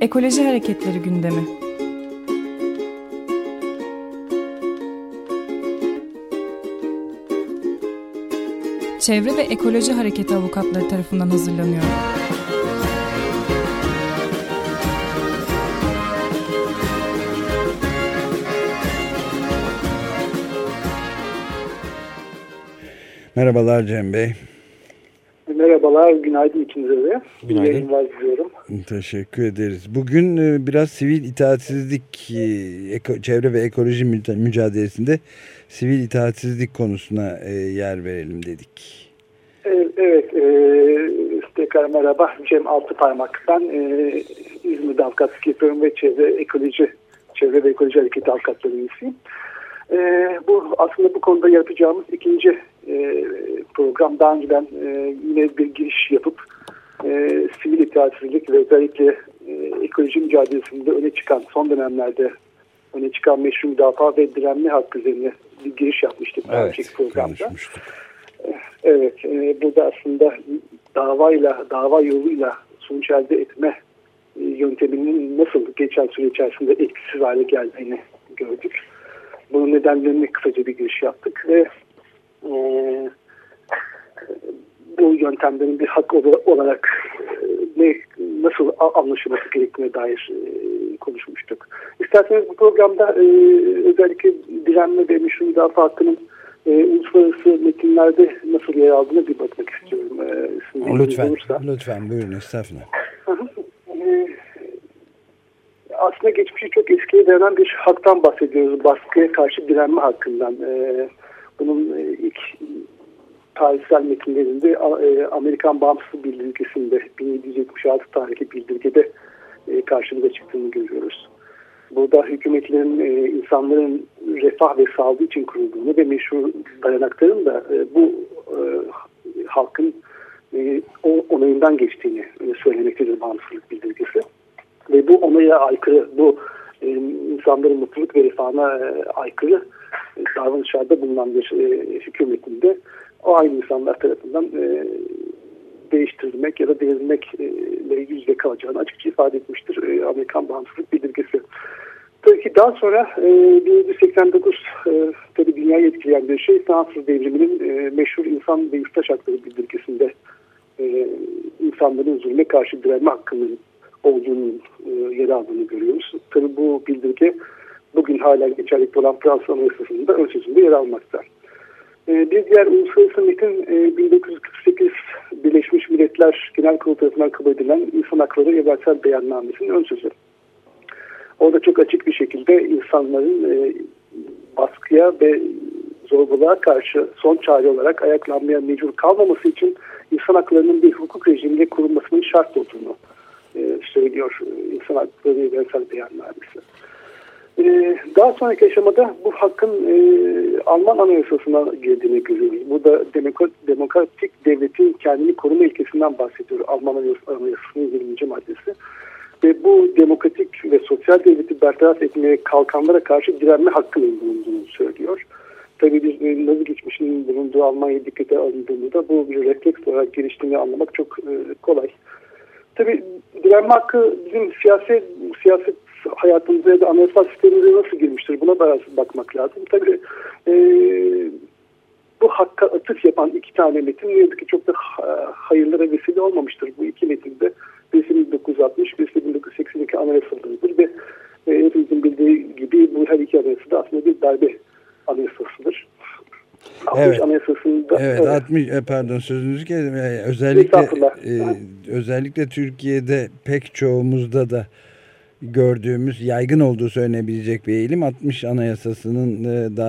Ekoloji hareketleri gündemi. Çevre ve Ekoloji Hareketi avukatları tarafından hazırlanıyor. Merhabalar Cem Bey. Merhabalar, günaydın ikinize de. Günaydın. Yayınlar diliyorum. Teşekkür ederiz. Bugün biraz sivil itaatsizlik, çevre ve ekoloji mücadelesinde sivil itaatsizlik konusuna yer verelim dedik. Evet, tekrar merhaba. Cem Altıparmak. Ben İzmir'de avukatlık yapıyorum ve Çevre ve Ekoloji Hareketi avukatları üyesiyim. Bu konuda yapacağımız ikinci program. Daha önceden yine bir giriş yapıp sivil itaatsizlik ve özellikle ekoloji mücadelesinde son dönemlerde öne çıkan meşru müdafaa ve direnme hakkı üzerine bir giriş yapmıştık. Evet, programda. Evet, burada aslında dava yoluyla sonuç elde etme yönteminin nasıl geçen süre içerisinde etkisiz hale geldiğini gördük. Bunun nedenlerini kısaca bir giriş yaptık ve bu yöntemlerin bir hak olarak nasıl anlaşılması gerektiğine dair konuşmuştuk. İsterseniz bu programda özellikle direnme ve meşru müdafaa hakkının uluslararası metinlerde nasıl yer aldığına bir bakmak istiyorum. Lütfen buyurun, estağfurullah. Aslında geçmişi çok eskiye dayanan bir haktan bahsediyoruz. Baskıya karşı direnme hakkından. Bunun ilk tarihsel metinlerinde Amerikan Bağımsızlık Bildirgesi'nde 1776 tarihli bildirgede karşımıza çıktığını görüyoruz. Burada hükümetlerin insanların refah ve sağlığı için kurulduğunu ve meşru dayanakların da bu halkın onayından geçtiğini söylemektedir Bağımsızlık Bildirgesi. Ve bu onaya aykırı, bu insanların mutluluk ve refahına aykırı davranışlarda bulunan bir hükümetinde o aynı insanlar tarafından değiştirilmek ya da devrilmekle yüzde kalacağını açıkça ifade etmiştir Amerikan Bağımsızlık Bildirgesi. Tabii ki daha sonra 1989 tabii dünyayı etkileyen bir şey Fransız devriminin meşhur insan ve yurttaş hakları bildirgesinde insanların zulme karşı direnme hakkının olduğunun yer aldığını görüyoruz. Tabii bu bildirge bugün hala geçerli olan Fransız Anayasası'nın da ön sözünde yer almakta. Bir diğer uluslararası metin 1948 Birleşmiş Milletler Genel Kurulu tarafından kabul edilen İnsan Hakları Evrensel Beyannamesi'nin ön sözü. Orada çok açık bir şekilde insanların baskıya ve zorbalığa karşı son çare olarak ayaklanmaya mecbur kalmaması için insan haklarının bir hukuk rejimiyle kurulmasının şart olduğunu söylüyor İnsan Hakları Evrensel Beyannamesi. Daha sonraki aşamada bu hakkın Alman Anayasası'na girdiğini görüyoruz. Burada demokratik devletin kendini koruma ilkesinden bahsediyor Alman Anayasası'nın 20. maddesi. Ve bu demokratik ve sosyal devleti bertaraf etmeye kalkanlara karşı direnme hakkının bulunduğunu söylüyor. Tabii bir Nazi geçmişinin bulunduğu Almanya dikkate alındığında bu bir refleks olarak geliştiğini anlamak çok kolay. Tabii direnme hakkı bizim siyaset hayatımıza ya da anayasal sistemimize nasıl girmiştir? Buna da bakmak lazım. Tabii bu hakka atıf yapan iki tane metin ne yazık ki çok da hayırlara vesile olmamıştır. Bu iki metinde birisi 1960, birisi 1982 anayasalarıdır ve hepimizin bildiği gibi bu her iki anayasa da aslında bir darbe anayasasıdır. 60 evet. Anayasasında... Evet, 60, pardon sözünüzü kestim. Özellikle Türkiye'de pek çoğumuzda da gördüğümüz, yaygın olduğu söylenebilecek bir eğilim 60 Anayasası'nın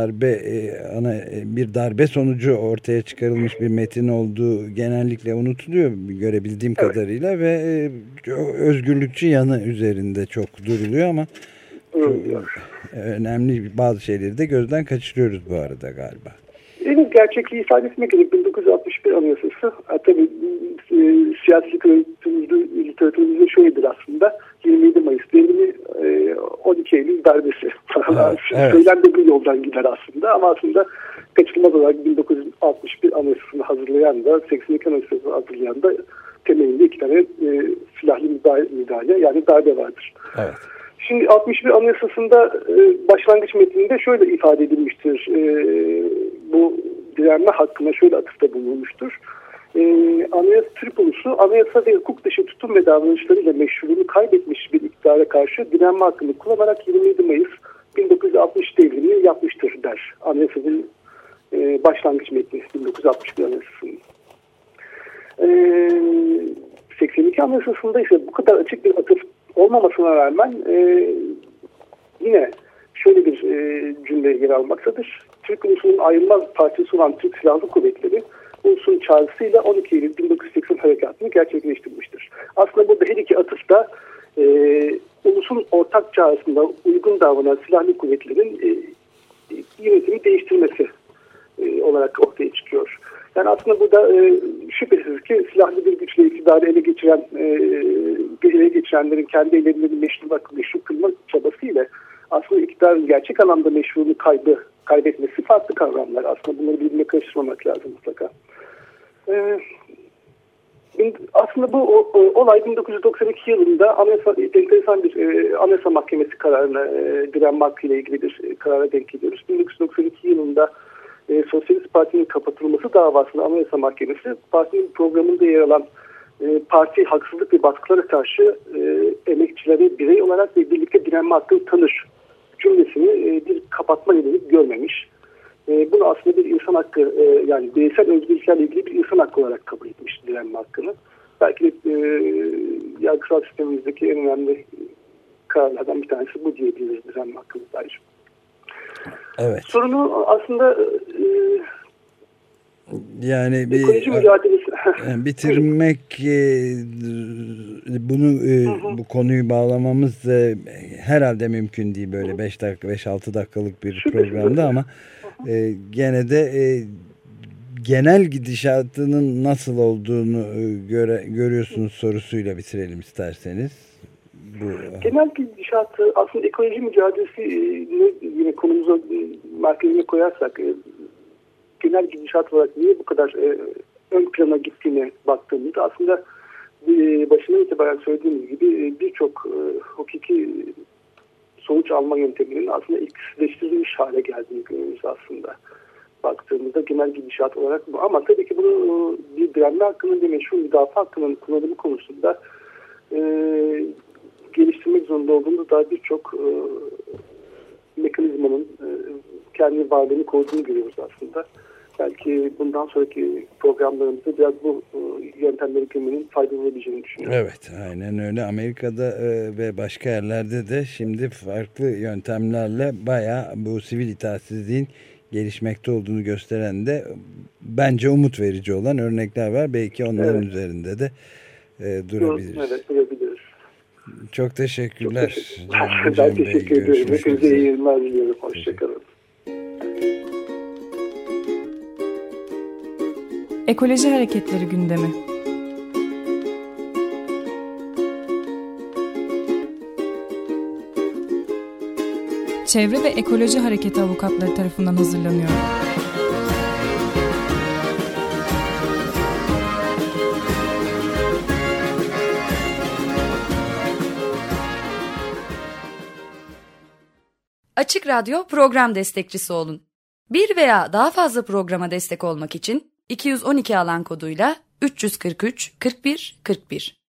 bir darbe sonucu ortaya çıkarılmış bir metin olduğu genellikle unutuluyor görebildiğim kadarıyla ve özgürlükçü yanı üzerinde çok duruluyor ama çok önemli bazı şeyleri de gözden kaçırıyoruz bu arada galiba. Evet, gerçekliği ifade etmek gerek. 1961 Anayasası tabii siyasi literatürümüzde şöyledir aslında. 27 Mayıs devrimi, 12 Eylül darbesi. Evet. Söylem de bu yoldan gider aslında ama aslında kaçınılmaz olarak 1961 Anayasası'nı hazırlayan da 82 Anayasası'nı hazırlayan da temelinde 2 tane silahlı müdahale yani darbe vardır. Evet. Şimdi 61 Anayasası'nda başlangıç metninde şöyle ifade edilmiştir. Bu direnme hakkında şöyle atıfta bulunmuştur. Türk ulusu anayasa ve hukuk dışı tutum ve davranışlarıyla meşruiyetini kaybetmiş bir iktidara karşı direnme hakkını kullanarak 27 Mayıs 1960 devrimini yapmıştır der. Anayasanın başlangıç metni 1961 Anayasası'nın. 82 Anayasası'nda ise bu kadar açık bir atıf olmamasına rağmen yine şöyle bir cümle yer almaktadır. Türk ulusunun ayrılmaz parçası olan Türk Silahlı Kuvvetleri ulusun çağrısıyla 12 Eylül 1980 harekatını gerçekleştirmiştir. Aslında burada her iki atıf da ulusun ortak çağrısında uygun davranan silahlı kuvvetlerin yönetimi değiştirmesi olarak ortaya çıkıyor. Yani aslında burada şüphesiz ki silahlı bir güçle iktidarı ele geçirenlerin kendi ellerinin meşru kılma çabasıyla aslında iktidarın gerçek anlamda meşruluğunu kaybetmesi farklı kavramlar. Aslında bunları birbirine karıştırmamak lazım mutlaka. Aslında bu olay 1992 yılında enteresan bir Anayasa Mahkemesi kararına direnme hakkıyla ilgili bir karara denk geliyoruz. 1992 yılında Sosyalist Parti'nin kapatılması davasında Anayasa Mahkemesi partinin programında yer alan parti haksızlık ve baskılara karşı emekçilere birey olarak ve birlikte direnme hakkını tanır cümlesini bir kapatma nedeni görmemiş. Bunu aslında bir insan hakkı yani bireysel özgürlüklerle ilgili bir insan hakkı olarak kabul etmiş direnme hakkını. Belki de yargısal sistemimizdeki en önemli kararlardan bir tanesi bu diyebiliriz direnme hakkına dair. Evet. Sorunu aslında yani ekoloji mücadelesi. Bitirmek bunu bu konuyu bağlamamız herhalde mümkün değil böyle 5-6 dakikalık bir programda ama gene de genel gidişatının nasıl olduğunu görüyorsunuz sorusuyla bitirelim isterseniz. Genel gidişatı aslında ekoloji mücadelesi yine konumuza merkezine koyarsak genel gidişat olarak niye bu kadar ön plana gittiğine baktığımızda aslında başından itibaren söylediğimiz gibi birçok hukuki sonuç alma yönteminin aslında ilksizleştirilmiş hale geldiğini görüyoruz aslında. Baktığımızda genel gidişat olarak bu. Ama tabii ki bunu bir direnme hakkının ve meşru müdafaa hakkının kullanımı konusunda geliştirmek zorunda olduğumuz daha birçok mekanizmanın kendi varlığını koruduğunu görüyoruz aslında. Belki bundan sonraki programlarımızda biraz bu yöntemleri görmenin faydalı olabileceğini düşünüyorum. Evet, aynen öyle. Amerika'da ve başka yerlerde de şimdi farklı yöntemlerle bayağı bu sivil itaatsizliğin gelişmekte olduğunu gösteren de bence umut verici olan örnekler var. Belki onların üzerinde de durabiliriz. Evet, durabiliriz. Çok teşekkürler. Ben teşekkür ederim. Hepinize iyi yayınlar diliyorum. Hoşçakalın. Ekoloji Hareketleri gündemi. Çevre ve Ekoloji Hareketi avukatları tarafından hazırlanıyor. Açık Radyo program destekçisi olun. Bir veya daha fazla programa destek olmak için 212 alan koduyla 343 41 41